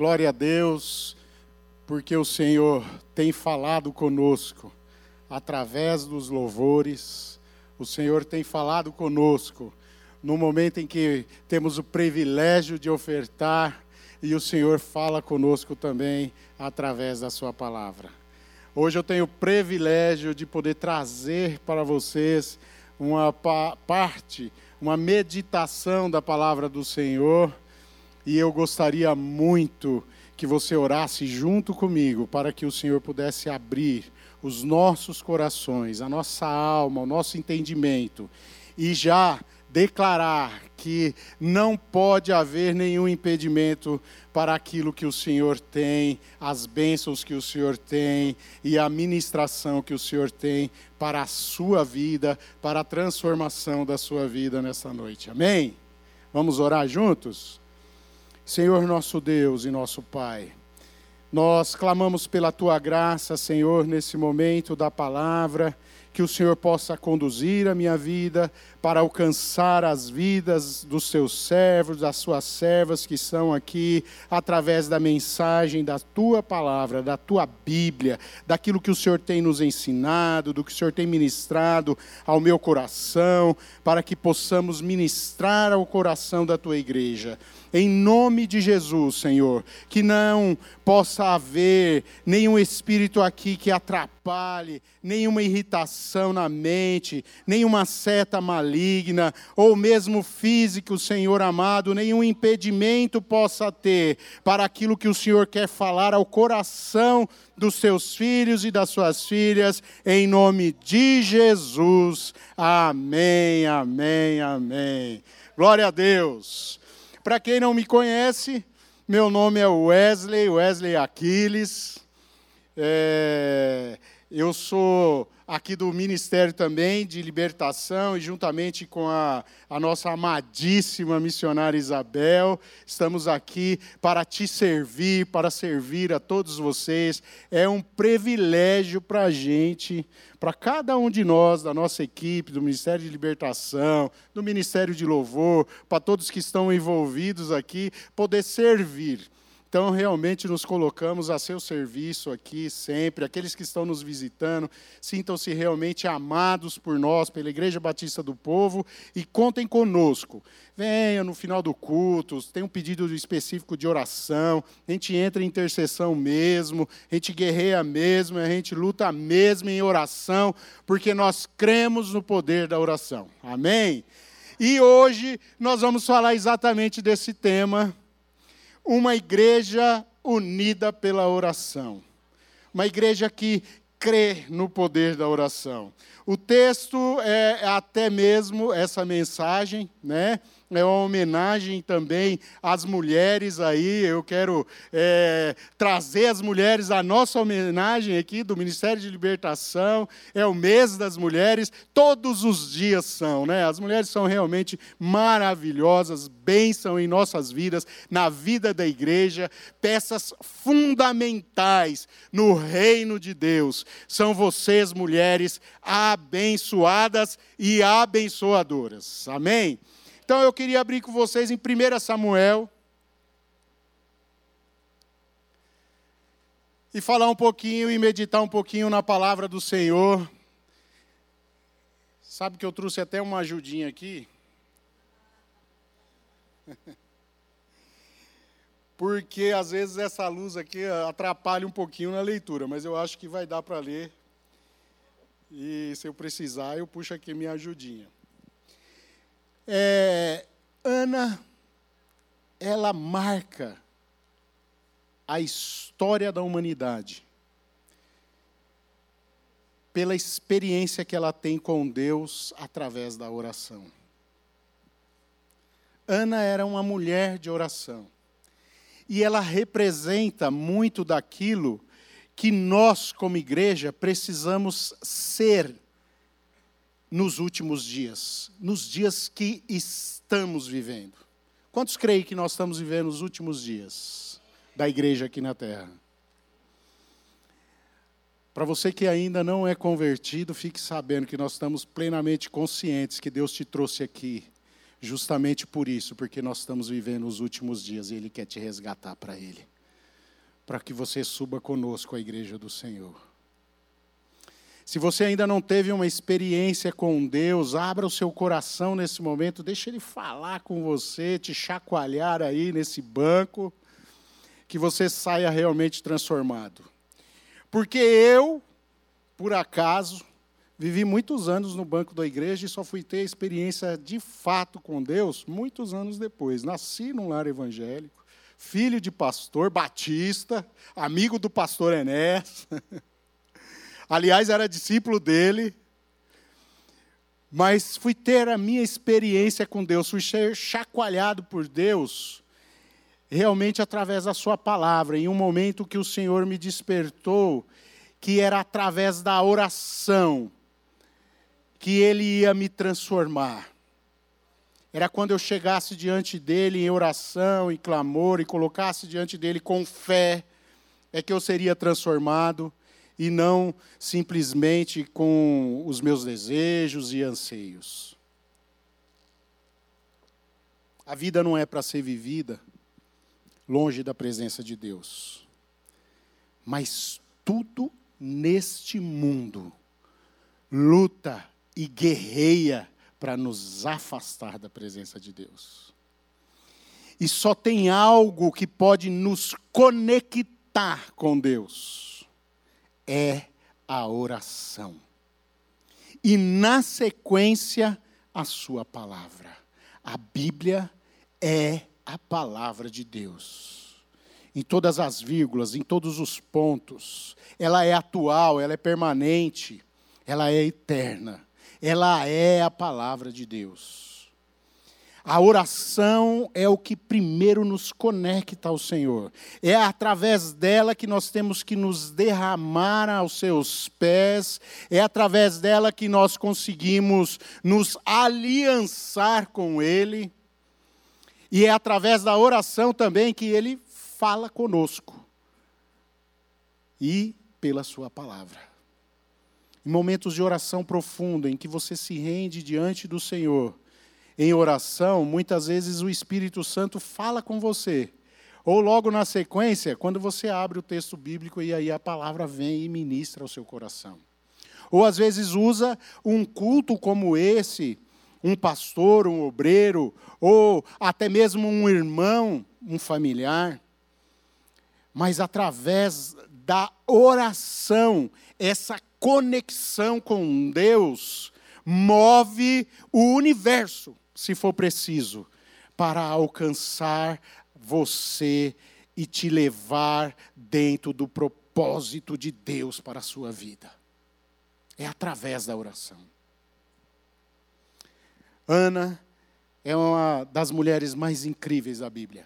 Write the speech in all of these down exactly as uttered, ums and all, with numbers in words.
Glória a Deus, porque o Senhor tem falado conosco através dos louvores. O Senhor tem falado conosco no momento em que temos o privilégio de ofertar, e o Senhor fala conosco também através da sua palavra. Hoje eu tenho o privilégio de poder trazer para vocês uma pa- parte, uma meditação da palavra do Senhor, e eu gostaria muito que você orasse junto comigo para que o Senhor pudesse abrir os nossos corações, a nossa alma, o nosso entendimento, e já declarar que não pode haver nenhum impedimento para aquilo que o Senhor tem, as bênçãos que o Senhor tem e a ministração que o Senhor tem para a sua vida, para a transformação da sua vida nessa noite. Amém? Vamos orar juntos? Senhor nosso Deus e nosso Pai, nós clamamos pela Tua graça, Senhor, nesse momento da palavra, que o Senhor possa conduzir a minha vida para alcançar as vidas dos Seus servos, das Suas servas que estão aqui, através da mensagem da Tua palavra, da Tua Bíblia, daquilo que o Senhor tem nos ensinado, do que o Senhor tem ministrado ao meu coração, para que possamos ministrar ao coração da Tua igreja. Em nome de Jesus, Senhor, que não possa haver nenhum espírito aqui que atrapalhe, nenhuma irritação na mente, nenhuma seta maligna, ou mesmo físico, Senhor amado, nenhum impedimento possa ter para aquilo que o Senhor quer falar ao coração dos seus filhos e das suas filhas, em nome de Jesus. Amém, amém, amém. Glória a Deus. Para quem não me conhece, meu nome é Wesley, Wesley Aquiles. É, eu sou aqui do Ministério também de Libertação, e juntamente com a, a nossa amadíssima missionária Isabel, estamos aqui para te servir, para servir a todos vocês. É um privilégio para a gente, para cada um de nós, da nossa equipe, do Ministério de Libertação, do Ministério de Louvor, para todos que estão envolvidos aqui, poder servir. Então, realmente nos colocamos a seu serviço aqui sempre. Aqueles que estão nos visitando, sintam-se realmente amados por nós, pela Igreja Batista do Povo, e contem conosco. Venha no final do culto, tem um pedido específico de oração, a gente entra em intercessão mesmo, a gente guerreia mesmo, a gente luta mesmo em oração, porque nós cremos no poder da oração. Amém? E hoje nós vamos falar exatamente desse tema: uma igreja unida pela oração. Uma igreja que crê no poder da oração. O texto é até mesmo essa mensagem, né? É uma homenagem também às mulheres aí. Eu quero é, trazer as mulheres à nossa homenagem aqui do Ministério de Libertação. É o mês das mulheres, todos os dias são, né? As mulheres são realmente maravilhosas, bênção em nossas vidas, na vida da igreja, peças fundamentais no reino de Deus. São vocês, mulheres, abençoadas e abençoadoras. Amém? Então eu queria abrir com vocês em primeiro Samuel e falar um pouquinho e meditar um pouquinho na palavra do Senhor. Sabe que eu trouxe até uma ajudinha aqui? Porque às vezes essa luz aqui atrapalha um pouquinho na leitura, mas eu acho que vai dar para ler. E se eu precisar, eu puxo aqui minha ajudinha. É, Ana, ela marca a história da humanidade pela experiência que ela tem com Deus através da oração. Ana era uma mulher de oração. E ela representa muito daquilo que nós, como igreja, precisamos ser nos últimos dias, nos dias que estamos vivendo. Quantos creem que nós estamos vivendo os últimos dias da igreja aqui na terra? Para você que ainda não é convertido, fique sabendo que nós estamos plenamente conscientes que Deus te trouxe aqui, justamente por isso, porque nós estamos vivendo os últimos dias e Ele quer te resgatar para Ele. para que você suba conosco à igreja do Senhor. Se você ainda não teve uma experiência com Deus, abra o seu coração nesse momento, deixa Ele falar com você, te chacoalhar aí nesse banco, que você saia realmente transformado. Porque eu, por acaso, vivi muitos anos no banco da igreja e só fui ter experiência de fato com Deus muitos anos depois. Nasci num lar evangélico, filho de pastor batista, amigo do pastor Enés. Aliás, era discípulo dele. Mas fui ter a minha experiência com Deus, fui ser chacoalhado por Deus, realmente através da sua palavra, em um momento que o Senhor me despertou, que era através da oração, que Ele ia me transformar. Era quando eu chegasse diante dEle em oração, em clamor, e colocasse diante dEle com fé, é que eu seria transformado, e não simplesmente com os meus desejos e anseios. A vida não é para ser vivida longe da presença de Deus. Mas tudo neste mundo luta e guerreia para nos afastar da presença de Deus. E só tem algo que pode nos conectar com Deus. É a oração. E na sequência, a sua palavra. A Bíblia é a palavra de Deus. Em todas as vírgulas, em todos os pontos. Ela é atual, ela é permanente, ela é eterna. Ela é a palavra de Deus. A oração é o que primeiro nos conecta ao Senhor. É através dela que nós temos que nos derramar aos seus pés. É através dela que nós conseguimos nos aliançar com Ele. E é através da oração também que Ele fala conosco. E pela sua palavra. Em momentos de oração profunda, em que você se rende diante do Senhor, em oração, muitas vezes o Espírito Santo fala com você. Ou logo na sequência, quando você abre o texto bíblico e aí a palavra vem e ministra ao seu coração. Ou às vezes usa um culto como esse, um pastor, um obreiro, ou até mesmo um irmão, um familiar. Mas através da oração, essa conexão com Deus move o universo, se for preciso, para alcançar você e te levar dentro do propósito de Deus para a sua vida. É através da oração. Ana é uma das mulheres mais incríveis da Bíblia.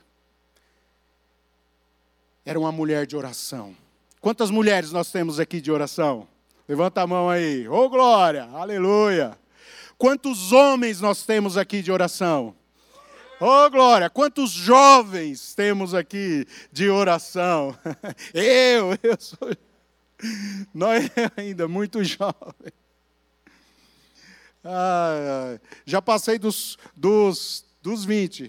Era uma mulher de oração. Quantas mulheres nós temos aqui de oração? Levanta a mão aí. Ô, glória! Aleluia! Quantos homens nós temos aqui de oração? Ô, glória! Quantos jovens temos aqui de oração? Eu, eu sou... Nós ainda muito jovens. Ah, já passei dos, dos, dos vinte.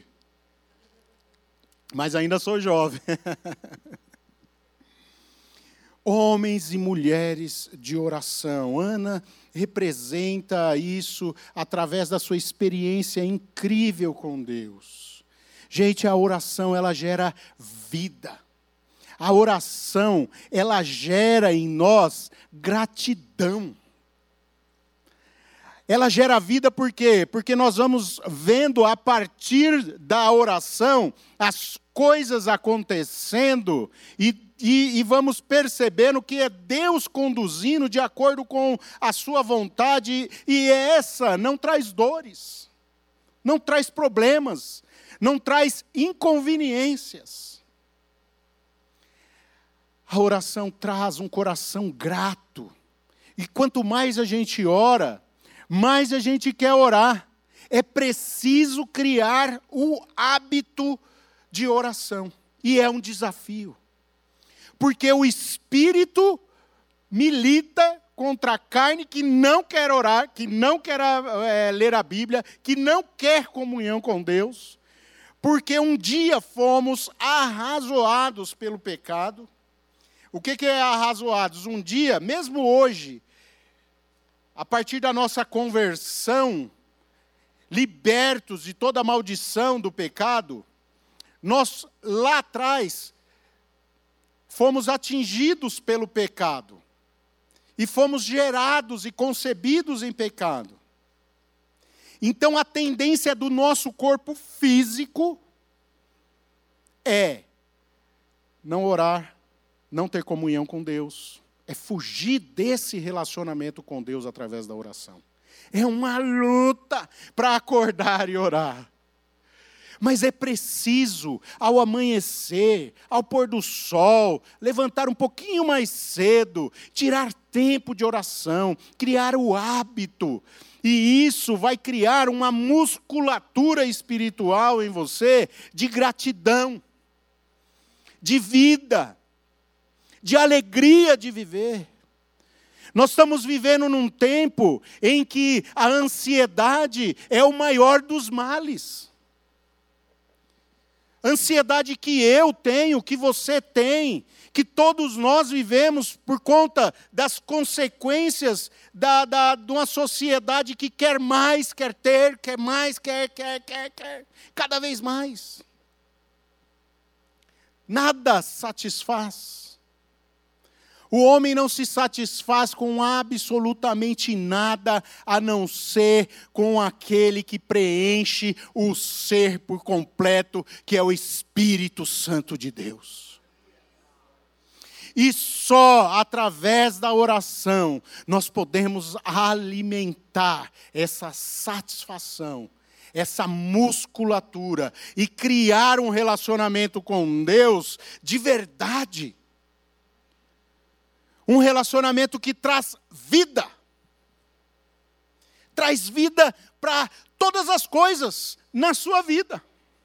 Mas ainda sou jovem. Homens e mulheres de oração. Ana representa isso através da sua experiência incrível com Deus. Gente, a oração, ela gera vida. A oração, ela gera em nós gratidão. Ela gera vida por quê? Porque nós vamos vendo a partir da oração as coisas acontecendo e E, e vamos percebendo que é Deus conduzindo de acordo com a sua vontade, e essa não traz dores, não traz problemas, não traz inconveniências. A oração traz um coração grato, e quanto mais a gente ora, mais a gente quer orar. É preciso criar o hábito de oração, e é um desafio. Porque o Espírito milita contra a carne que não quer orar, que não quer é, ler a Bíblia, que não quer comunhão com Deus. Porque um dia fomos arrazoados pelo pecado. O que, que é arrazoados? Um dia, mesmo hoje, a partir da nossa conversão, libertos de toda a maldição do pecado, nós lá atrás fomos atingidos pelo pecado e fomos gerados e concebidos em pecado. Então a tendência do nosso corpo físico é não orar, não ter comunhão com Deus, é fugir desse relacionamento com Deus através da oração. É uma luta para acordar e orar. Mas é preciso, ao amanhecer, ao pôr do sol, levantar um pouquinho mais cedo, tirar tempo de oração, criar o hábito. E isso vai criar uma musculatura espiritual em você de gratidão, de vida, de alegria de viver. Nós estamos vivendo num tempo em que a ansiedade é o maior dos males. Ansiedade que eu tenho, que você tem, que todos nós vivemos por conta das consequências da, da, de uma sociedade que quer mais, quer ter, quer mais, quer, quer, quer, quer, cada vez mais. Nada satisfaz. O homem não se satisfaz com absolutamente nada, a não ser com aquele que preenche o ser por completo, que é o Espírito Santo de Deus. E só através da oração nós podemos alimentar essa satisfação, essa musculatura e criar um relacionamento com Deus de verdade. Um relacionamento que traz vida. Traz vida para todas as coisas na sua vida.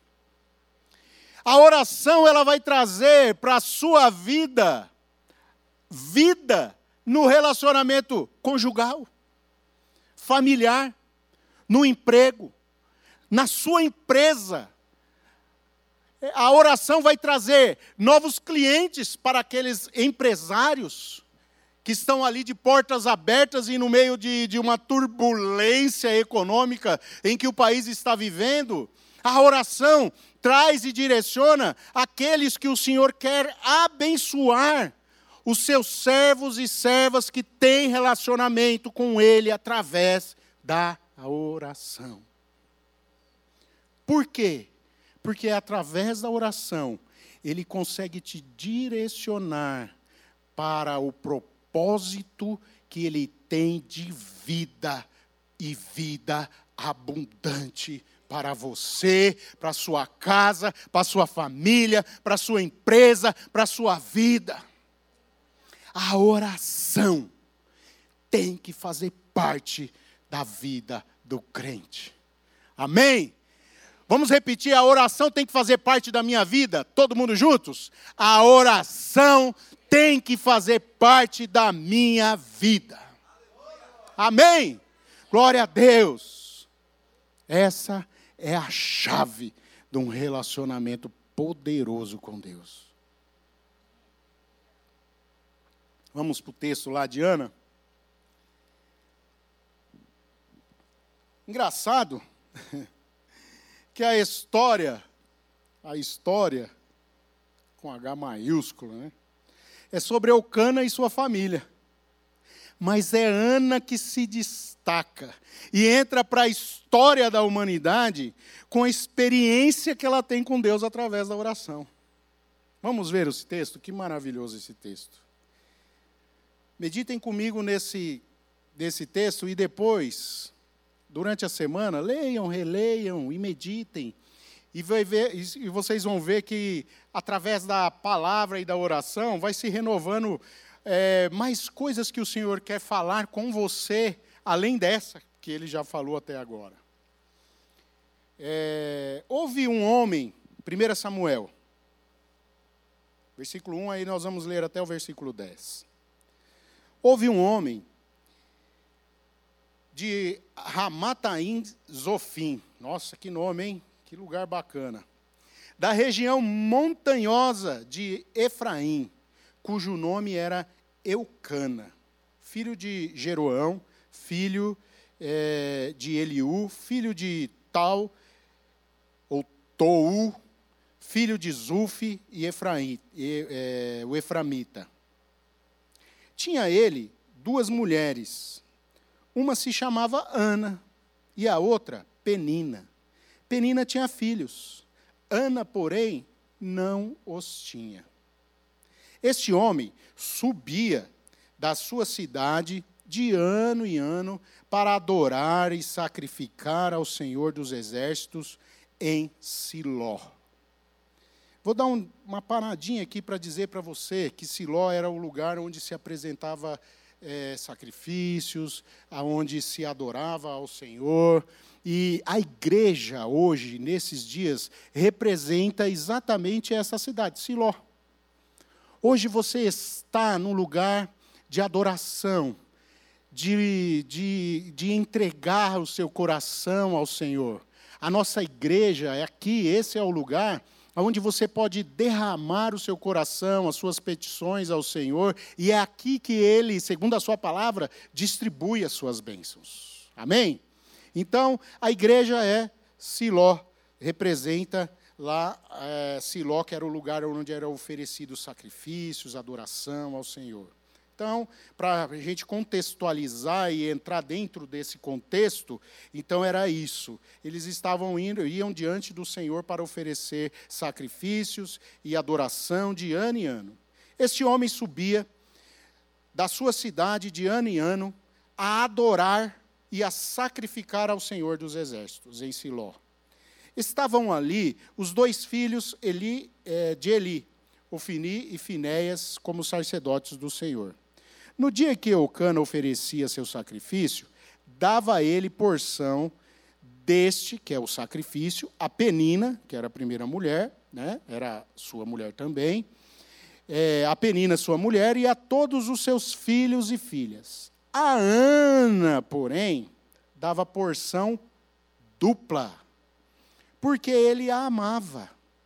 A oração, ela vai trazer para a sua vida, vida no relacionamento conjugal, familiar, no emprego, na sua empresa. A oração vai trazer novos clientes para aqueles empresários que estão ali de portas abertas e no meio de, de uma turbulência econômica em que o país está vivendo. A oração traz e direciona aqueles que o Senhor quer abençoar, os seus servos e servas que têm relacionamento com Ele através da oração. Por quê? Porque através da oração, Ele consegue te direcionar para o propósito, propósito que Ele tem de vida, e vida abundante para você, para a sua casa, para a sua família, para a sua empresa, para a sua vida. A oração tem que fazer parte da vida do crente. Amém? Vamos repetir, a oração tem que fazer parte da minha vida, todo mundo juntos? A oração tem que fazer parte da minha vida. Amém? Glória a Deus. Essa é a chave de um relacionamento poderoso com Deus. Vamos para o texto lá de Ana. Engraçado que a história, a história com H maiúsculo, né? É sobre Eucana e sua família. Mas é Ana que se destaca e entra para a história da humanidade com a experiência que ela tem com Deus através da oração. Vamos ver esse texto? Que maravilhoso esse texto. Meditem comigo nesse, nesse texto e depois, durante a semana, leiam, releiam e meditem. E, vai ver, e vocês vão ver que, através da palavra e da oração, vai se renovando é, mais coisas que o Senhor quer falar com você, além dessa que Ele já falou até agora. É, houve um homem, primeiro Samuel, versículo um, aí nós vamos ler até o versículo dez. Houve um homem de Ramataim Zofim, nossa, que nome, hein? Que lugar bacana. Da região montanhosa de Efraim, cujo nome era Eucana, filho de Jeroão, filho é, de Eliú, filho de Tal, ou Tou, filho de Zufi e, Efraim, e é, o Eframita. Tinha ele duas mulheres, uma se chamava Ana e a outra Penina. Penina tinha filhos, Ana, porém, não os tinha. Este homem subia da sua cidade de ano em ano para adorar e sacrificar ao Senhor dos Exércitos em Siló. Vou dar um, uma paradinha aqui para dizer para você que Siló era o lugar onde se apresentava é, sacrifícios, aonde se adorava ao Senhor. E a igreja hoje, nesses dias, representa exatamente essa cidade, Siló. Hoje você está num lugar de adoração, de, de, de entregar o seu coração ao Senhor. A nossa igreja é aqui, esse é o lugar onde você pode derramar o seu coração, as suas petições ao Senhor, e é aqui que Ele, segundo a sua palavra, distribui as suas bênçãos. Amém? Então, a igreja é Siló, representa lá é, Siló, que era o lugar onde eram oferecidos sacrifícios, adoração ao Senhor. Então, para a gente contextualizar e entrar dentro desse contexto, então era isso. Eles estavam indo, iam diante do Senhor para oferecer sacrifícios e adoração de ano em ano. Este homem subia da sua cidade de ano em ano a adorar e a sacrificar ao Senhor dos Exércitos, em Siló. Estavam ali os dois filhos Eli, eh, de Eli, Ofni e Finéias, como sacerdotes do Senhor. No dia que Eucana oferecia seu sacrifício, dava a ele porção deste, que é o sacrifício, a Penina, que era a primeira mulher, né, era sua mulher também, é, a Penina, sua mulher, e a todos os seus filhos e filhas. A Ana, porém, dava porção dupla, porque ele a amava.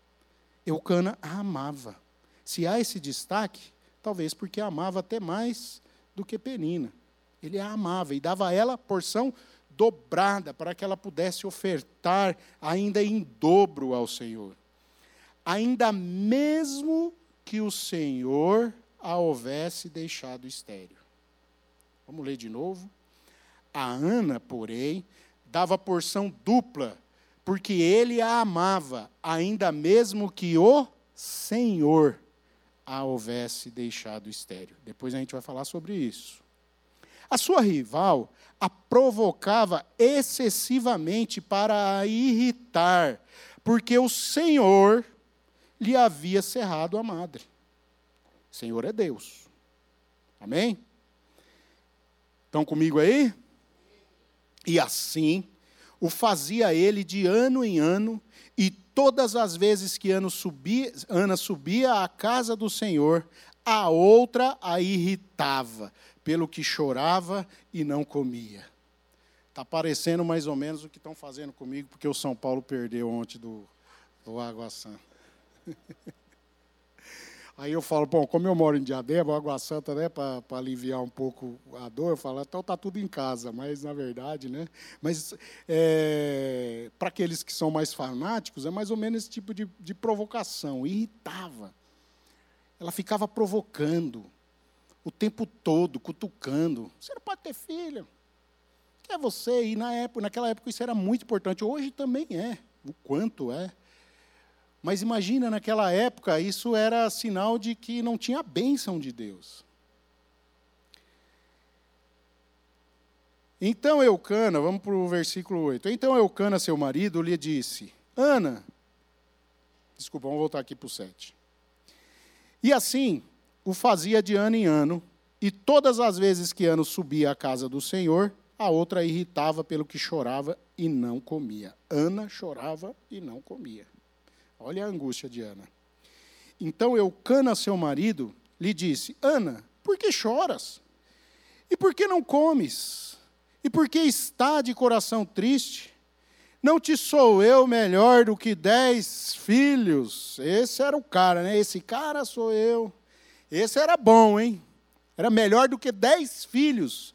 Eucana a amava. Se há esse destaque, talvez porque amava até mais do que Penina. Ele a amava e dava a ela porção dobrada para que ela pudesse ofertar ainda em dobro ao Senhor. Ainda mesmo que o Senhor a houvesse deixado estéril. Vamos ler de novo. A Ana, porém, dava porção dupla, porque ele a amava, ainda mesmo que o Senhor a houvesse deixado estéril. Depois a gente vai falar sobre isso. A sua rival a provocava excessivamente para a irritar, porque o Senhor lhe havia cerrado a madre. O Senhor é Deus. Amém? Estão comigo aí? E assim o fazia ele de ano em ano, e todas as vezes que Ana subia, Ana subia à casa do Senhor, a outra a irritava, pelo que chorava e não comia. Está parecendo mais ou menos o que estão fazendo comigo, porque o São Paulo perdeu ontem do, do Água Santa. Aí eu falo, bom, como eu moro em Diadema, o Água Santa, né, para aliviar um pouco a dor, eu falo, então está tudo em casa, mas na verdade, né, mas é, para aqueles que são mais fanáticos, é mais ou menos esse tipo de, de provocação, irritava. Ela ficava provocando, o tempo todo, cutucando. Você não pode ter filho. Quem é você? E na época, naquela época isso era muito importante, hoje também é, o quanto é. Mas imagina, naquela época, isso era sinal de que não tinha a bênção de Deus. Então Eucana, vamos para o versículo oito. Então Eucana, seu marido, lhe disse, Ana, desculpa, vamos voltar aqui para o sete. E assim o fazia de ano em ano, e todas as vezes que Ana subia à casa do Senhor, a outra irritava pelo que chorava e não comia. Ana chorava e não comia. Olha a angústia de Ana. Então Eucana, seu marido, lhe disse, Ana, por que choras? E por que não comes? E por que está de coração triste? Não te sou eu melhor do que dez filhos? Esse era o cara, né? Esse cara sou eu. Esse era bom, hein? Era melhor do que dez filhos.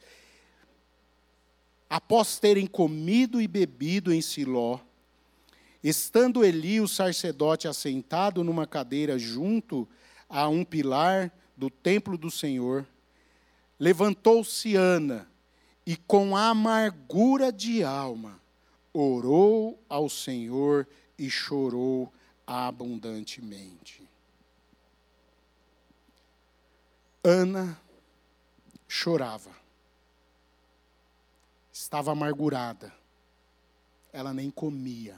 Após terem comido e bebido em Siló, estando Eli, o sacerdote, assentado numa cadeira junto a um pilar do templo do Senhor, levantou-se Ana e com amargura de alma orou ao Senhor e chorou abundantemente. Ana chorava. Estava amargurada. Ela nem comia.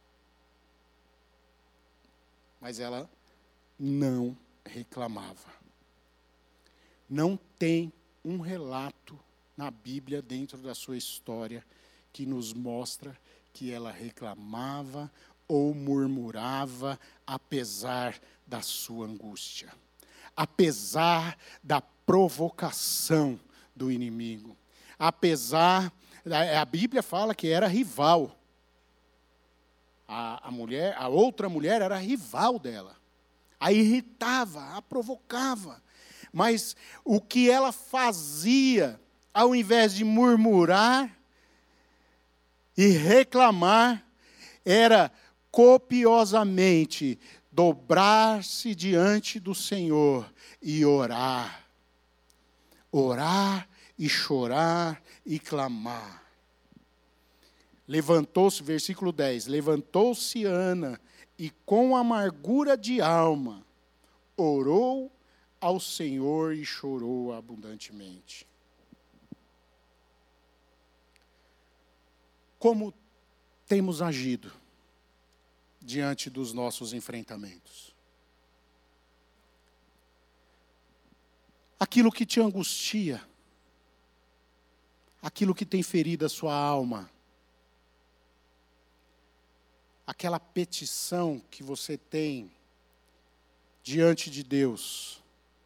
Mas ela não reclamava. Não tem um relato na Bíblia, dentro da sua história, que nos mostra que ela reclamava ou murmurava, apesar da sua angústia, apesar da provocação do inimigo, apesar, a Bíblia fala que era rival. A, a mulher, a outra mulher era rival dela, a irritava, a provocava. Mas o que ela fazia, ao invés de murmurar e reclamar, era copiosamente dobrar-se diante do Senhor e orar. Orar e chorar e clamar. Levantou-se, versículo dez, levantou-se Ana e com amargura de alma orou ao Senhor e chorou abundantemente. Como temos agido diante dos nossos enfrentamentos? Aquilo que te angustia, aquilo que tem ferido a sua alma, aquela petição que você tem diante de Deus,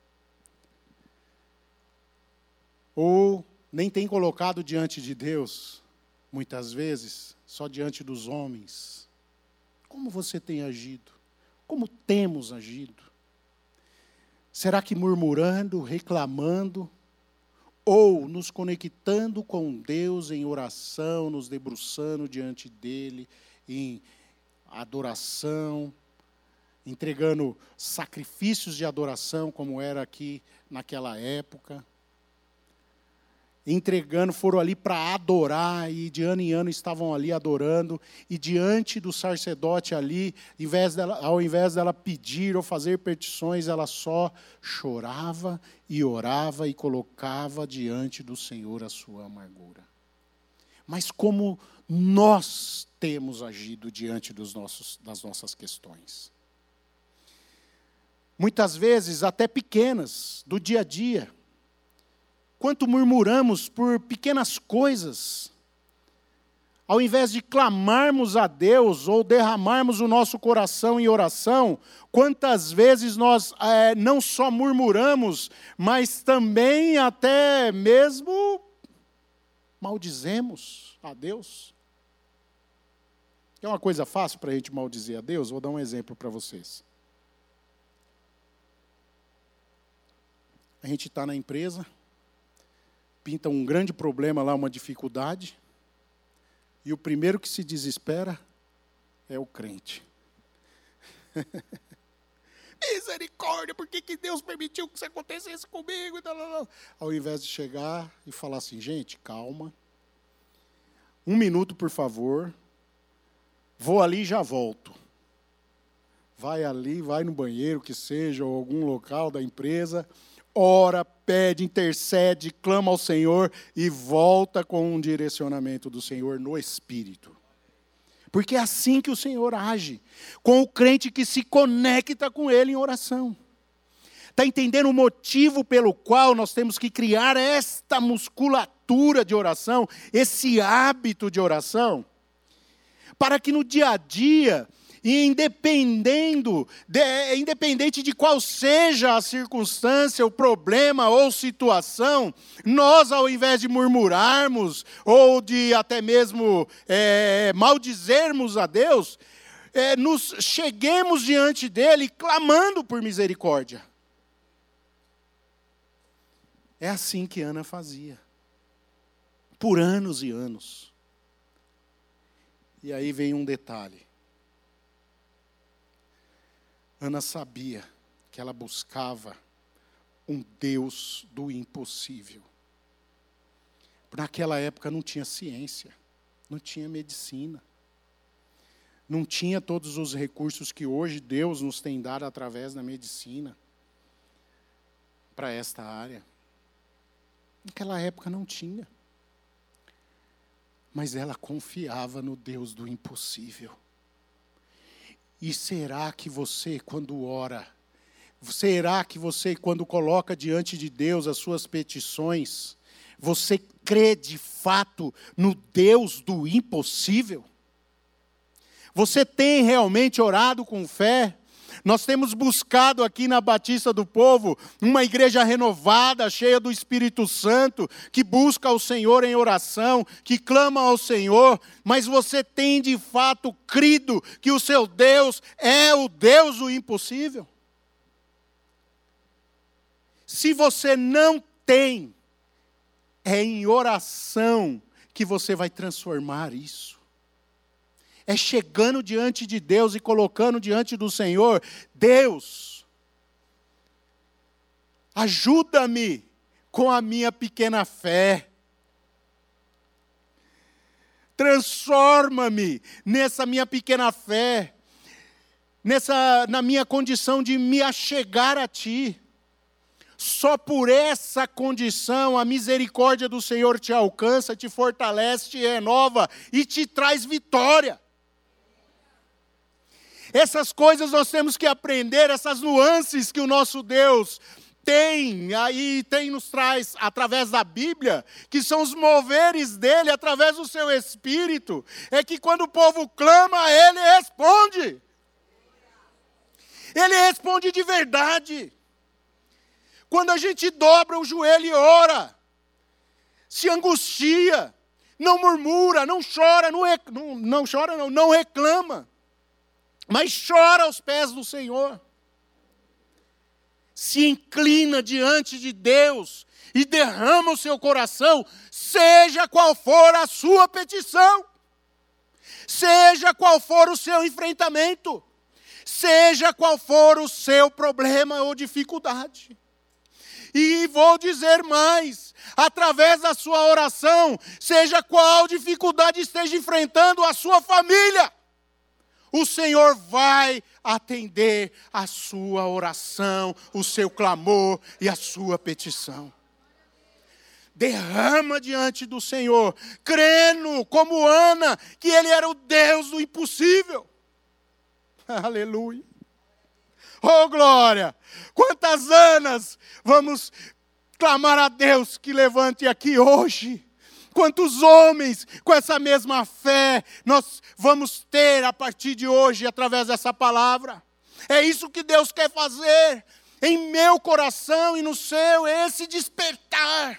ou nem tem colocado diante de Deus, muitas vezes, só diante dos homens. Como você tem agido? Como temos agido? Será que murmurando, reclamando, ou nos conectando com Deus em oração, nos debruçando diante dEle, em adoração, entregando sacrifícios de adoração, como era aqui naquela época, entregando, foram ali para adorar, e de ano em ano estavam ali adorando, e diante do sacerdote ali, ao invés dela, ao invés dela pedir ou fazer petições, ela só chorava e orava e colocava diante do Senhor a sua amargura. Mas como nós temos agido diante dos nossos, das nossas questões? Muitas vezes, até pequenas, do dia a dia. Quanto murmuramos por pequenas coisas, ao invés de clamarmos a Deus ou derramarmos o nosso coração em oração, quantas vezes nós é, não só murmuramos, mas também até mesmo maldizemos a Deus. É uma coisa fácil para a gente maldizer a Deus? Vou dar um exemplo para vocês. A gente está na empresa, pinta um grande problema lá, uma dificuldade, e o primeiro que se desespera é o crente. Misericórdia, por que, que Deus permitiu que isso acontecesse comigo? Ao invés de chegar e falar assim, gente, calma, um minuto por favor, vou ali e já volto. Vai ali, vai no banheiro, que seja, ou algum local da empresa, ora, pede, intercede, clama ao Senhor e volta com um direcionamento do Senhor no Espírito. Porque é assim que o Senhor age, com o crente que se conecta com Ele em oração. Está entendendo o motivo pelo qual nós temos que criar esta musculatura de oração, esse hábito de oração? Para que no dia a dia, e independendo de, independente de qual seja a circunstância, o problema ou situação, nós, ao invés de murmurarmos, ou de até mesmo é, maldizermos a Deus, é, nos cheguemos diante dEle clamando por misericórdia. É assim que Ana fazia. Por anos e anos. E aí vem um detalhe. Ana sabia que ela buscava um Deus do impossível. Naquela época não tinha ciência, não tinha medicina. Não tinha todos os recursos que hoje Deus nos tem dado através da medicina para esta área. Naquela época não tinha. Mas ela confiava no Deus do impossível. E será que você, quando ora, será que você, quando coloca diante de Deus as suas petições, você crê de fato no Deus do impossível? Você tem realmente orado com fé? Nós temos buscado aqui na Batista do Povo uma igreja renovada, cheia do Espírito Santo, que busca o Senhor em oração, que clama ao Senhor, mas você tem de fato crido que o seu Deus é o Deus do impossível? Se você não tem, é em oração que você vai transformar isso. É chegando diante de Deus e colocando diante do Senhor: Deus, ajuda-me com a minha pequena fé. Transforma-me nessa minha pequena fé, nessa, na minha condição de me achegar a Ti. Só por essa condição a misericórdia do Senhor te alcança, te fortalece, te renova e te traz vitória. Essas coisas nós temos que aprender, essas nuances que o nosso Deus tem, aí tem nos traz através da Bíblia, que são os moveres dele, através do seu Espírito, é que quando o povo clama, ele responde. Ele responde de verdade. Quando a gente dobra o joelho e ora, se angustia, não murmura, não chora, não, não, não chora não, não reclama, mas chora aos pés do Senhor. Se inclina diante de Deus e derrama o seu coração, seja qual for a sua petição, seja qual for o seu enfrentamento, seja qual for o seu problema ou dificuldade. E vou dizer mais, através da sua oração, seja qual dificuldade esteja enfrentando a sua família, o Senhor vai atender a sua oração, o seu clamor e a sua petição. Derrama diante do Senhor, crendo como Ana, que Ele era o Deus do impossível. Aleluia. Oh glória! Quantas Anas vamos clamar a Deus que levante aqui hoje. Quantos homens com essa mesma fé nós vamos ter a partir de hoje, através dessa palavra. É isso que Deus quer fazer em meu coração e no seu, esse despertar.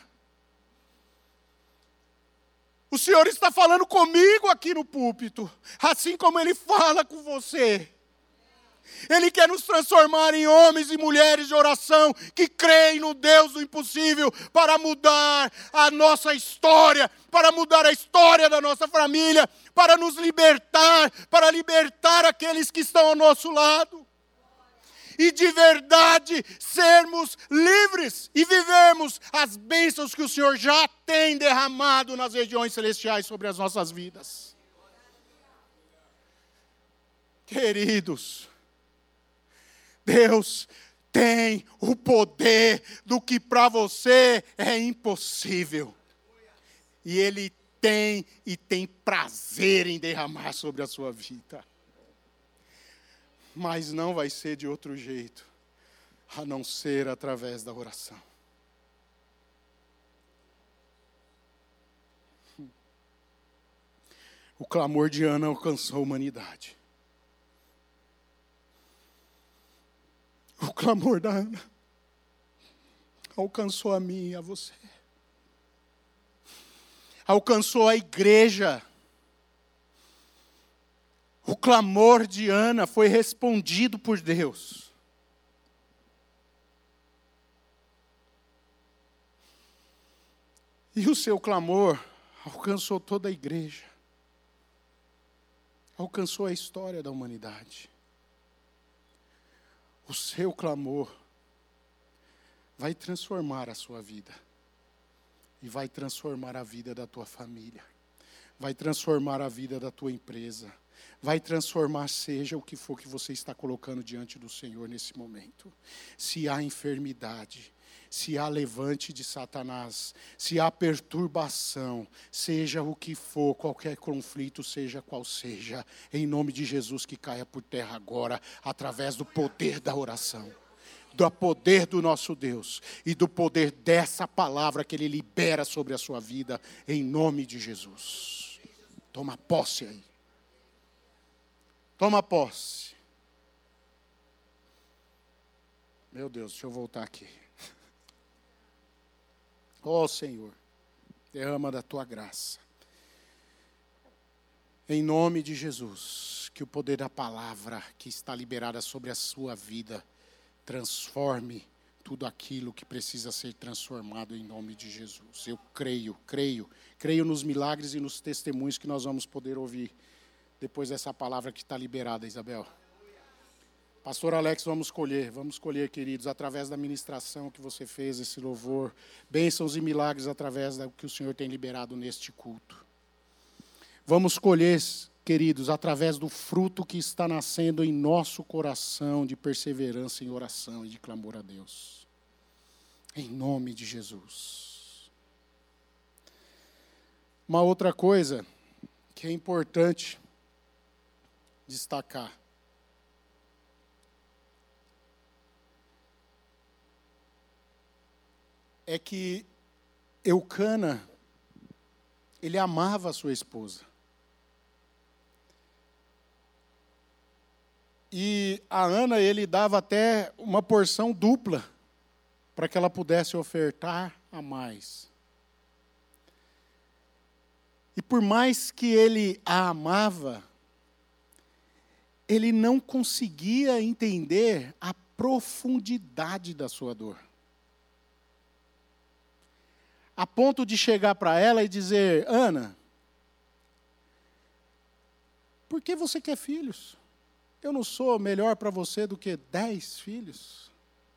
O Senhor está falando comigo aqui no púlpito, assim como Ele fala com você. Ele quer nos transformar em homens e mulheres de oração que creem no Deus do impossível para mudar a nossa história, para mudar a história da nossa família, para nos libertar, para libertar aqueles que estão ao nosso lado. E de verdade sermos livres e vivermos as bênçãos que o Senhor já tem derramado nas regiões celestiais sobre as nossas vidas. Queridos, Deus tem o poder do que para você é impossível. E Ele tem e tem prazer em derramar sobre a sua vida. Mas não vai ser de outro jeito, a não ser através da oração. O clamor de Ana alcançou a humanidade. O clamor da Ana alcançou a mim e a você. Alcançou a igreja. O clamor de Ana foi respondido por Deus. E o seu clamor alcançou toda a igreja. Alcançou a história da humanidade. O seu clamor vai transformar a sua vida. E vai transformar a vida da tua família. Vai transformar a vida da tua empresa. Vai transformar, seja o que for que você está colocando diante do Senhor nesse momento. Se há enfermidade, se há levante de Satanás, se há perturbação, seja o que for, qualquer conflito, seja qual seja, em nome de Jesus que caia por terra agora, através do poder da oração. Do poder do nosso Deus e do poder dessa palavra que Ele libera sobre a sua vida, em nome de Jesus. Toma posse aí. Toma posse. Meu Deus, deixa eu voltar aqui. Ó oh, Senhor, derrama da Tua graça. Em nome de Jesus, que o poder da palavra que está liberada sobre a sua vida transforme tudo aquilo que precisa ser transformado em nome de Jesus. Eu creio, creio, creio nos milagres e nos testemunhos que nós vamos poder ouvir depois dessa palavra que está liberada, Isabel. Pastor Alex, vamos colher, vamos colher, queridos, através da ministração que você fez, esse louvor, bênçãos e milagres através do que o Senhor tem liberado neste culto. Vamos colher, queridos, através do fruto que está nascendo em nosso coração de perseverança em oração e de clamor a Deus. Em nome de Jesus. Uma outra coisa que é importante destacar. É que Eucana, ele amava a sua esposa. E a Ana, ele dava até uma porção dupla para que ela pudesse ofertar a mais. E por mais que ele a amava, ele não conseguia entender a profundidade da sua dor. A ponto de chegar para ela e dizer: Ana, por que você quer filhos? Eu não sou melhor para você do que dez filhos?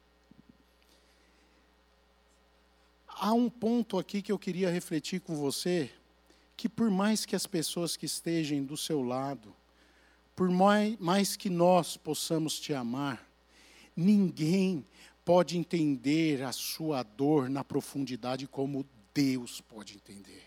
Há um ponto aqui que eu queria refletir com você, que por mais que as pessoas que estejam do seu lado, por mais, mais que nós possamos te amar, ninguém pode entender a sua dor na profundidade como Deus pode entender.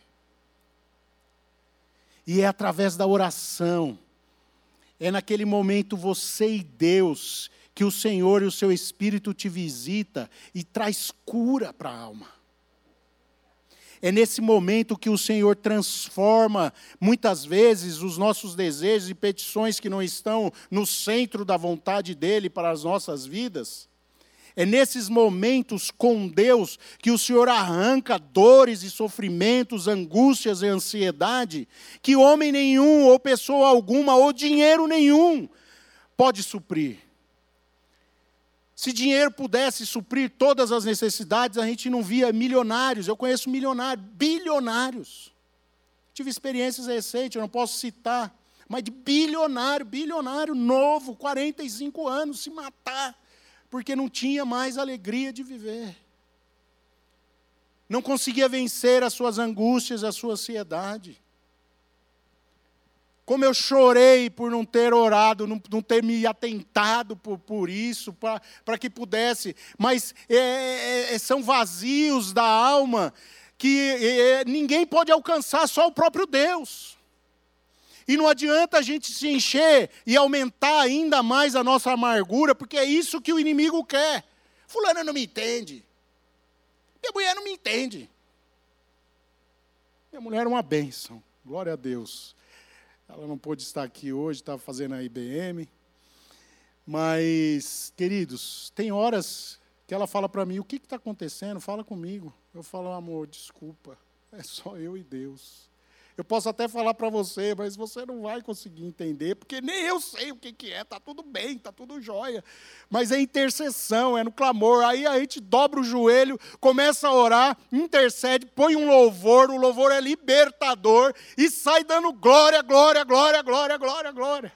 E é através da oração, é naquele momento você e Deus, que o Senhor e o seu Espírito te visita e traz cura para a alma. É nesse momento que o Senhor transforma, muitas vezes, os nossos desejos e petições que não estão no centro da vontade dEle para as nossas vidas. É nesses momentos com Deus que o Senhor arranca dores e sofrimentos, angústias e ansiedade, que homem nenhum, ou pessoa alguma, ou dinheiro nenhum pode suprir. Se dinheiro pudesse suprir todas as necessidades, a gente não via milionários. Eu conheço milionários, bilionários. Tive experiências recentes, eu não posso citar, mas de bilionário, bilionário novo, quarenta e cinco anos, se matar, porque não tinha mais alegria de viver. Não conseguia vencer as suas angústias, a sua ansiedade. Como eu chorei por não ter orado, não, não ter me atentado por, por isso, para que pudesse. Mas é, é, são vazios da alma que é, ninguém pode alcançar, só o próprio Deus. E não adianta a gente se encher e aumentar ainda mais a nossa amargura, porque é isso que o inimigo quer. Fulano não me entende. Minha mulher não me entende. Minha mulher é uma bênção, glória a Deus. Ela não pôde estar aqui hoje, estava fazendo a I B M. Mas, queridos, tem horas que ela fala para mim: o que está acontecendo? Fala comigo. Eu falo: amor, desculpa, é só eu e Deus. Eu posso até falar para você, mas você não vai conseguir entender, porque nem eu sei o que, que é, está tudo bem, está tudo jóia. Mas é intercessão, é no clamor. Aí a gente dobra o joelho, começa a orar, intercede, põe um louvor, o louvor é libertador, e sai dando glória, glória, glória, glória, glória, glória.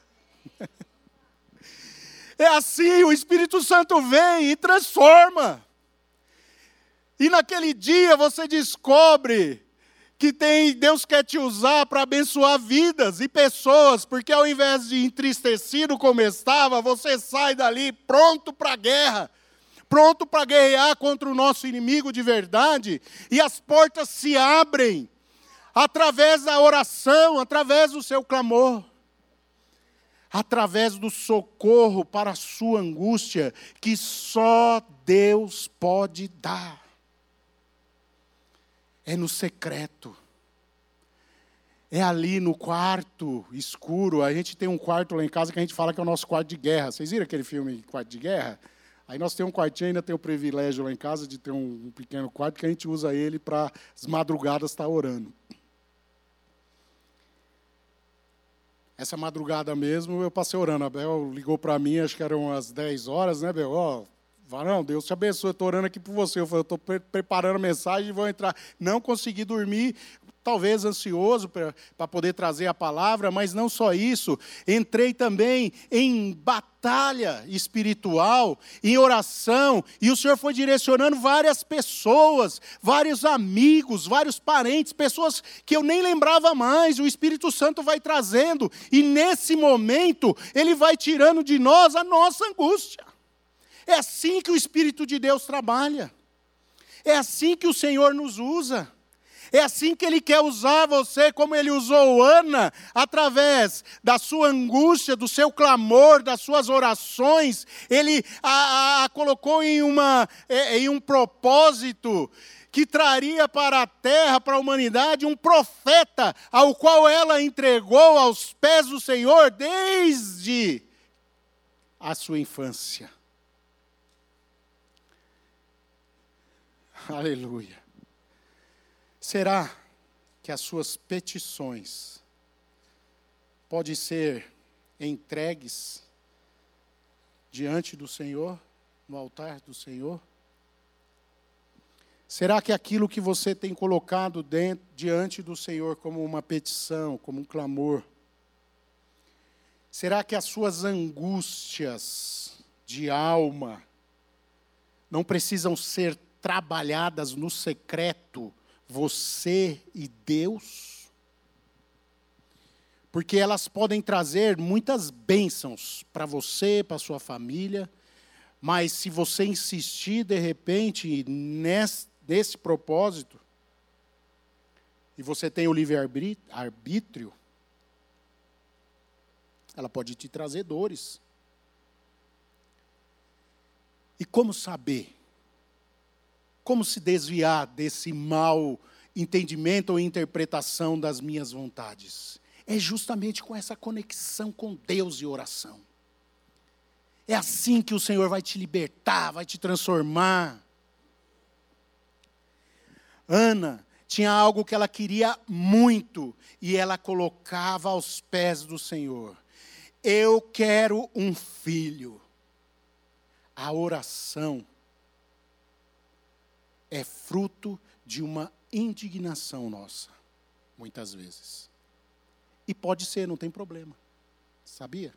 É assim, o Espírito Santo vem e transforma. E naquele dia você descobre que tem, Deus quer te usar para abençoar vidas e pessoas, porque ao invés de entristecido como estava, você sai dali pronto para a guerra, pronto para guerrear contra o nosso inimigo de verdade, e as portas se abrem através da oração, através do seu clamor, através do socorro para a sua angústia, que só Deus pode dar. É no secreto. É ali no quarto escuro. A gente tem um quarto lá em casa que a gente fala que é o nosso quarto de guerra. Vocês viram aquele filme Quarto de Guerra? Aí nós temos um quartinho, ainda tem o privilégio lá em casa de ter um pequeno quarto que a gente usa ele para as madrugadas estar orando. Essa madrugada mesmo eu passei orando. A Bel ligou para mim, acho que eram umas dez horas, né, Bel? Ó, Varão, Deus te abençoe, eu estou orando aqui por você. Eu falei, eu estou pre preparando a mensagem e vou entrar. Não consegui dormir, talvez ansioso para poder trazer a palavra, mas não só isso. Entrei também em batalha espiritual, em oração, e o Senhor foi direcionando várias pessoas, vários amigos, vários parentes, pessoas que eu nem lembrava mais. O Espírito Santo vai trazendo, e nesse momento, Ele vai tirando de nós a nossa angústia. É assim que o Espírito de Deus trabalha. É assim que o Senhor nos usa. É assim que Ele quer usar você, como Ele usou Ana, através da sua angústia, do seu clamor, das suas orações. Ele a, a, a colocou em, uma, em um propósito que traria para a terra, para a humanidade, um profeta, ao qual ela entregou aos pés do Senhor desde a sua infância. Aleluia. Será que as suas petições podem ser entregues diante do Senhor, no altar do Senhor? Será que aquilo que você tem colocado dentro, diante do Senhor como uma petição, como um clamor, será que as suas angústias de alma não precisam ser trabalhadas no secreto, você e Deus? Porque elas podem trazer muitas bênçãos para você, para a sua família, mas se você insistir, de repente, nesse, nesse propósito, e você tem o livre-arbítrio, ela pode te trazer dores. E como saber? Como se desviar desse mau entendimento ou interpretação das minhas vontades? É justamente com essa conexão com Deus e oração. É assim que o Senhor vai te libertar, vai te transformar. Ana tinha algo que ela queria muito e ela colocava aos pés do Senhor. Eu quero um filho. A oração é fruto de uma indignação nossa, muitas vezes. E pode ser, não tem problema. Sabia?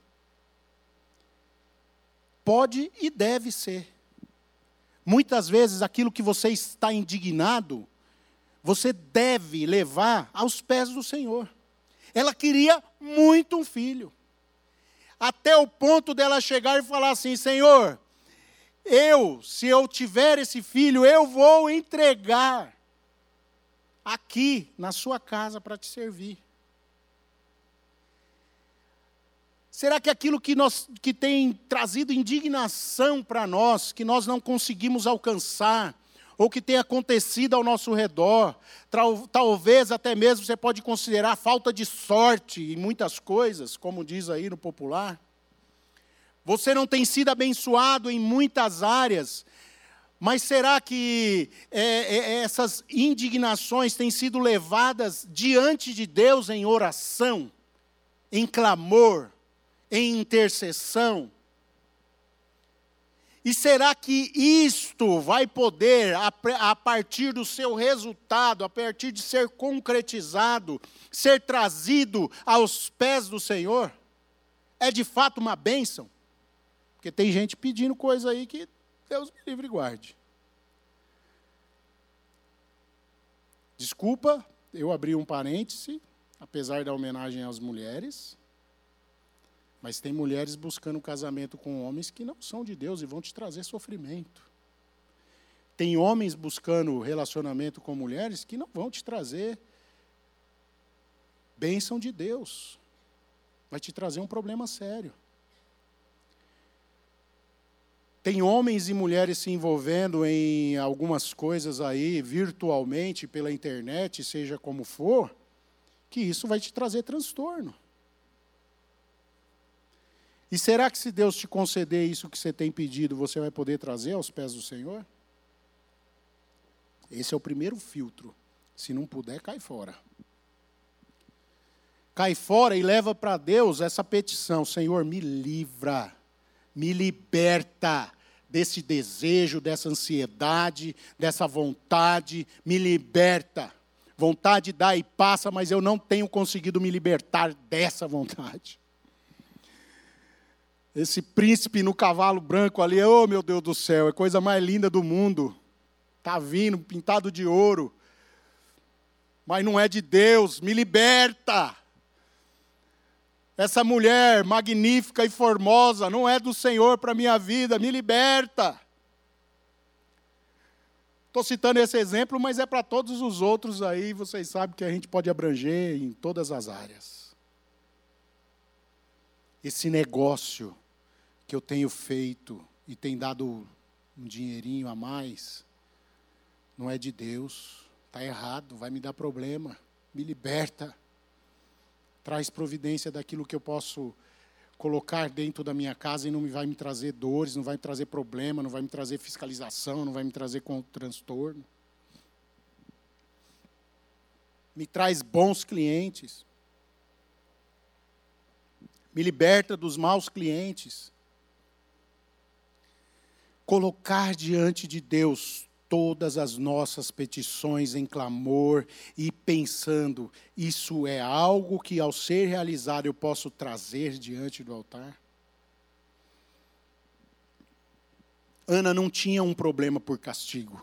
Pode e deve ser. Muitas vezes aquilo que você está indignado, você deve levar aos pés do Senhor. Ela queria muito um filho. Até o ponto dela chegar e falar assim, Senhor, eu, se eu tiver esse filho, eu vou entregar aqui na sua casa para te servir. Será que aquilo que, nós, que tem trazido indignação para nós, que nós não conseguimos alcançar, ou que tem acontecido ao nosso redor, tal, talvez até mesmo você pode considerar falta de sorte em muitas coisas, como diz aí no popular. Você não tem sido abençoado em muitas áreas, Mas será que é, é, essas indignações têm sido levadas diante de Deus em oração, em clamor, em intercessão? E será que isto vai poder, a partir do seu resultado, a partir de ser concretizado, ser trazido aos pés do Senhor? É de fato uma bênção? Porque tem gente pedindo coisa aí que Deus me livre e guarde. Desculpa, eu abri um parêntese, apesar da homenagem às mulheres. Mas tem mulheres buscando casamento com homens que não são de Deus e vão te trazer sofrimento. Tem homens buscando relacionamento com mulheres que não vão te trazer bênção de Deus. Vai te trazer um problema sério. Tem homens e mulheres se envolvendo em algumas coisas aí, virtualmente, pela internet, seja como for, que isso vai te trazer transtorno. E será que se Deus te conceder isso que você tem pedido, você vai poder trazer aos pés do Senhor? Esse é o primeiro filtro. Se não puder, cai fora. Cai fora e leva para Deus essa petição. Senhor, me livra, me liberta desse desejo, dessa ansiedade, dessa vontade, me liberta. Vontade dá e passa, mas eu não tenho conseguido me libertar dessa vontade. Esse príncipe no cavalo branco ali, oh meu Deus do céu, é a coisa mais linda do mundo. Está vindo, pintado de ouro. Mas não é de Deus, me liberta. Essa mulher magnífica e formosa não é do Senhor para a minha vida, me liberta. Estou citando esse exemplo, mas é para todos os outros aí, vocês sabem que a gente pode abranger em todas as áreas. Esse negócio que eu tenho feito e tem dado um dinheirinho a mais, não é de Deus, está errado, vai me dar problema, me liberta. Traz providência daquilo que eu posso colocar dentro da minha casa e não vai me trazer dores, não vai me trazer problema, não vai me trazer fiscalização, não vai me trazer com transtorno. Me traz bons clientes. Me liberta dos maus clientes. Colocar diante de Deus todas as nossas petições em clamor e pensando, isso é algo que ao ser realizado eu posso trazer diante do altar? Ana não tinha um problema por castigo.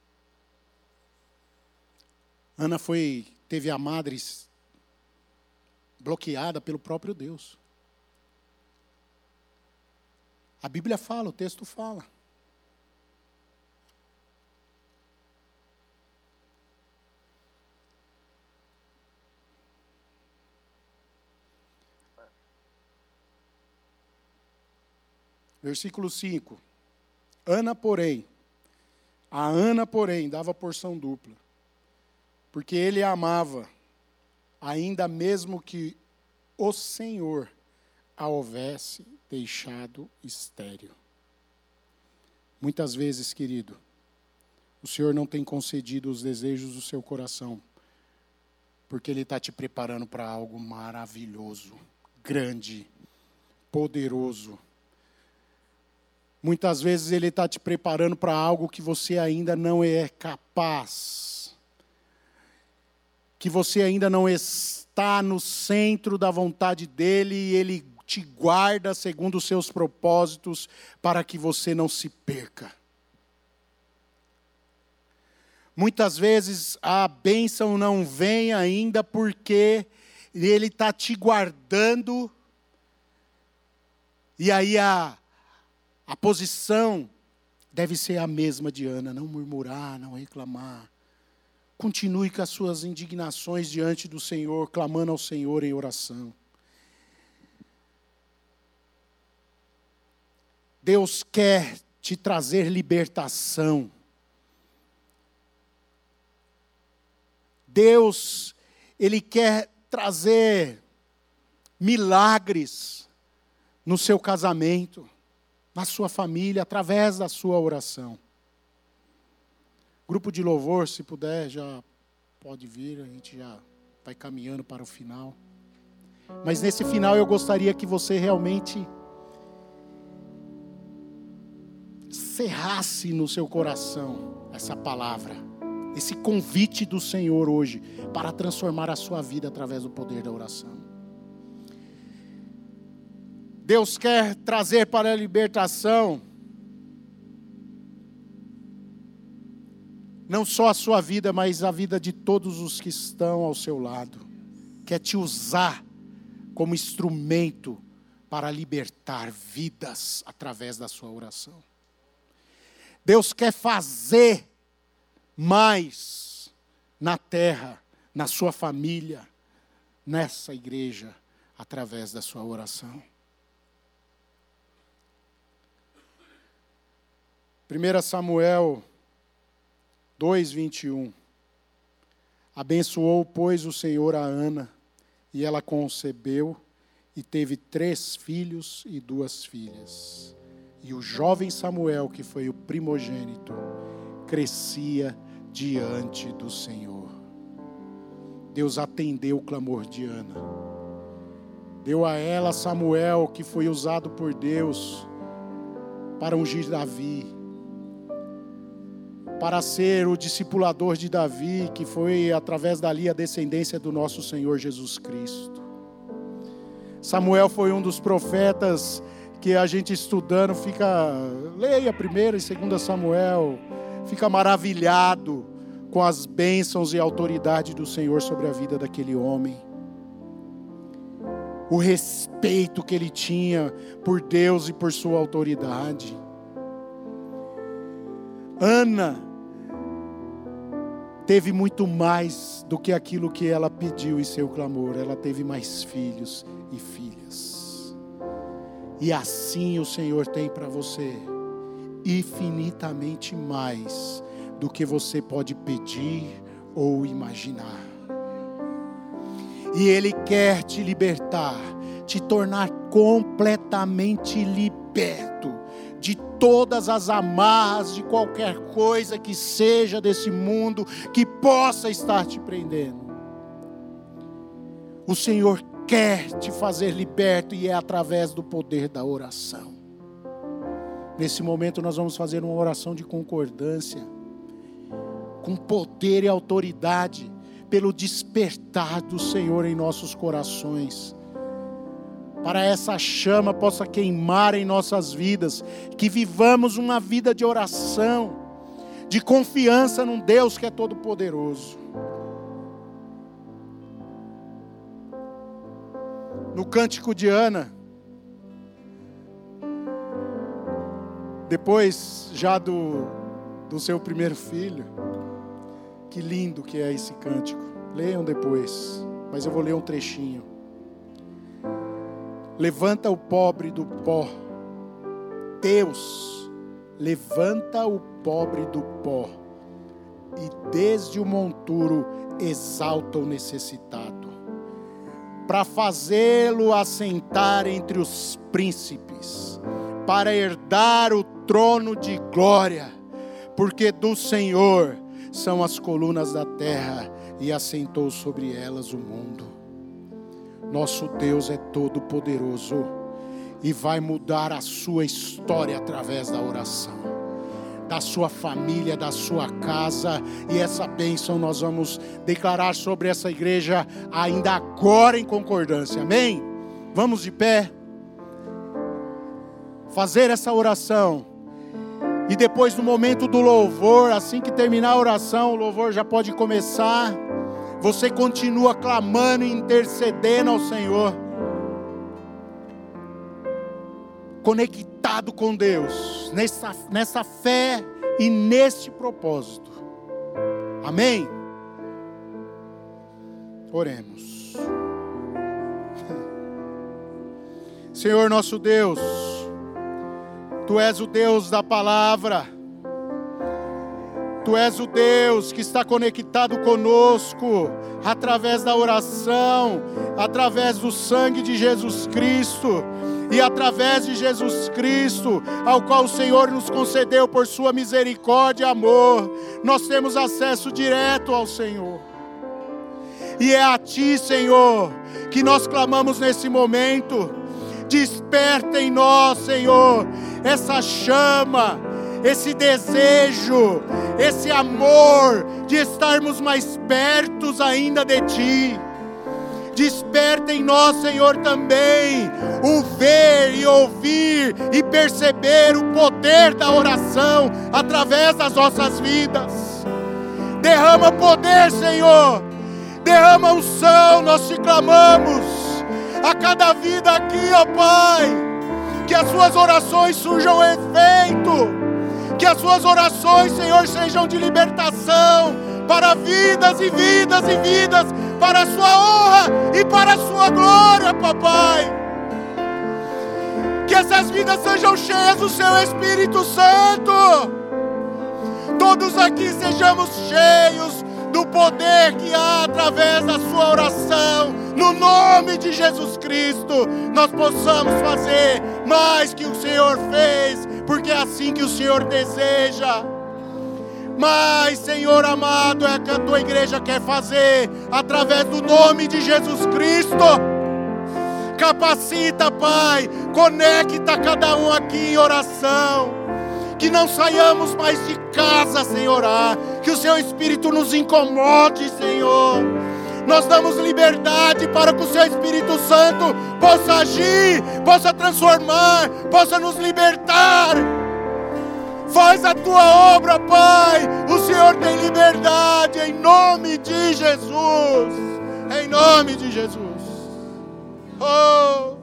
Ana foi, teve a madre bloqueada pelo próprio Deus. A Bíblia fala, o texto fala. Versículo cinco. Ana, porém, a Ana, porém, dava porção dupla, porque ele a amava, ainda mesmo que o Senhor a houvesse deixado estéril. Muitas vezes, querido, o Senhor não tem concedido os desejos do seu coração, porque Ele está te preparando para algo maravilhoso, grande, poderoso. Muitas vezes Ele está te preparando para algo que você ainda não é capaz, que você ainda não está no centro da vontade dEle e Ele te guarda segundo os seus propósitos para que você não se perca. Muitas vezes a bênção não vem ainda porque Ele está te guardando e aí a A posição deve ser a mesma de Ana, não murmurar, não reclamar. Continue com as suas indignações diante do Senhor, clamando ao Senhor em oração. Deus quer te trazer libertação. Deus, Ele quer trazer milagres no seu casamento, na sua família, através da sua oração. Grupo de louvor, se puder, já pode vir, a gente já vai caminhando para o final. Mas nesse final eu gostaria que você realmente cerrasse no seu coração essa palavra, esse convite do Senhor hoje, para transformar a sua vida através do poder da oração. Deus quer trazer para a libertação não só a sua vida, mas a vida de todos os que estão ao seu lado. Quer te usar como instrumento para libertar vidas através da sua oração. Deus quer fazer mais na terra, na sua família, nessa igreja, através da sua oração. primeiro Samuel dois, vinte e um. Abençoou, pois, o Senhor a Ana, e ela concebeu e teve três filhos e duas filhas. E o jovem Samuel, que foi o primogênito, crescia diante do Senhor. Deus atendeu o clamor de Ana. Deu a ela Samuel, que foi usado por Deus para ungir Davi, para ser o discipulador de Davi, que foi através dali a descendência do nosso Senhor Jesus Cristo. Samuel foi um dos profetas que a gente estudando fica, leia primeiro e segunda Samuel, fica maravilhado com as bênçãos e autoridade do Senhor sobre a vida daquele homem. O respeito que ele tinha por Deus e por sua autoridade. Ana teve muito mais do que aquilo que ela pediu em seu clamor. Ela teve mais filhos e filhas. E assim o Senhor tem para você infinitamente mais do que você pode pedir ou imaginar. E Ele quer te libertar, te tornar completamente liberto de todas as amarras de qualquer coisa que seja desse mundo que possa estar te prendendo. O Senhor quer te fazer liberto e é através do poder da oração. Nesse momento nós vamos fazer uma oração de concordância, com poder e autoridade, pelo despertar do Senhor em nossos corações, para essa chama possa queimar em nossas vidas, que vivamos uma vida de oração, de confiança num Deus que é todo poderoso. No cântico de Ana, depois já do, do seu primeiro filho, que lindo que é esse cântico, leiam depois, mas eu vou ler um trechinho. Levanta o pobre do pó, Deus levanta o pobre do pó, e desde o monturo exalta o necessitado, para fazê-lo assentar entre os príncipes, para herdar o trono de glória, porque do Senhor são as colunas da terra, e assentou sobre elas o mundo. Nosso Deus é todo poderoso e vai mudar a sua história através da oração, da sua família, da sua casa, e essa bênção nós vamos declarar sobre essa igreja ainda agora em concordância, amém? Vamos de pé, fazer essa oração, e depois no momento do louvor, assim que terminar a oração, o louvor já pode começar, você continua clamando e intercedendo ao Senhor, conectado com Deus, nessa, nessa fé e neste propósito, amém? Oremos. Senhor nosso Deus, Tu és o Deus da palavra, Tu és o Deus que está conectado conosco, através da oração, através do sangue de Jesus Cristo, e através de Jesus Cristo, ao qual o Senhor nos concedeu por sua misericórdia e amor, nós temos acesso direto ao Senhor. E é a Ti, Senhor, que nós clamamos nesse momento. Desperta em nós, Senhor, essa chama, esse desejo, esse amor de estarmos mais perto ainda de Ti. Desperta em nós, Senhor, também o ver e ouvir e perceber o poder da oração através das nossas vidas. Derrama poder, Senhor. Derrama unção, nós te clamamos. A cada vida aqui, ó Pai, que as suas orações surjam efeito. Que as suas orações, Senhor, sejam de libertação para vidas e vidas e vidas, para a sua honra e para a sua glória, papai. Que essas vidas sejam cheias do seu Espírito Santo. Todos aqui sejamos cheios do poder que há através da sua oração. No nome de Jesus Cristo, nós possamos fazer mais que o Senhor fez, porque é assim que o Senhor deseja. Mas, Senhor amado, é o que a tua igreja quer fazer, através do nome de Jesus Cristo. Capacita, Pai, conecta cada um aqui em oração. Que não saiamos mais de casa sem orar. Que o Seu Espírito nos incomode, Senhor. Nós damos liberdade para que o Seu Espírito Santo possa agir, possa transformar, possa nos libertar. Faz a Tua obra, Pai. O Senhor tem liberdade, em nome de Jesus. Em nome de Jesus. Oh!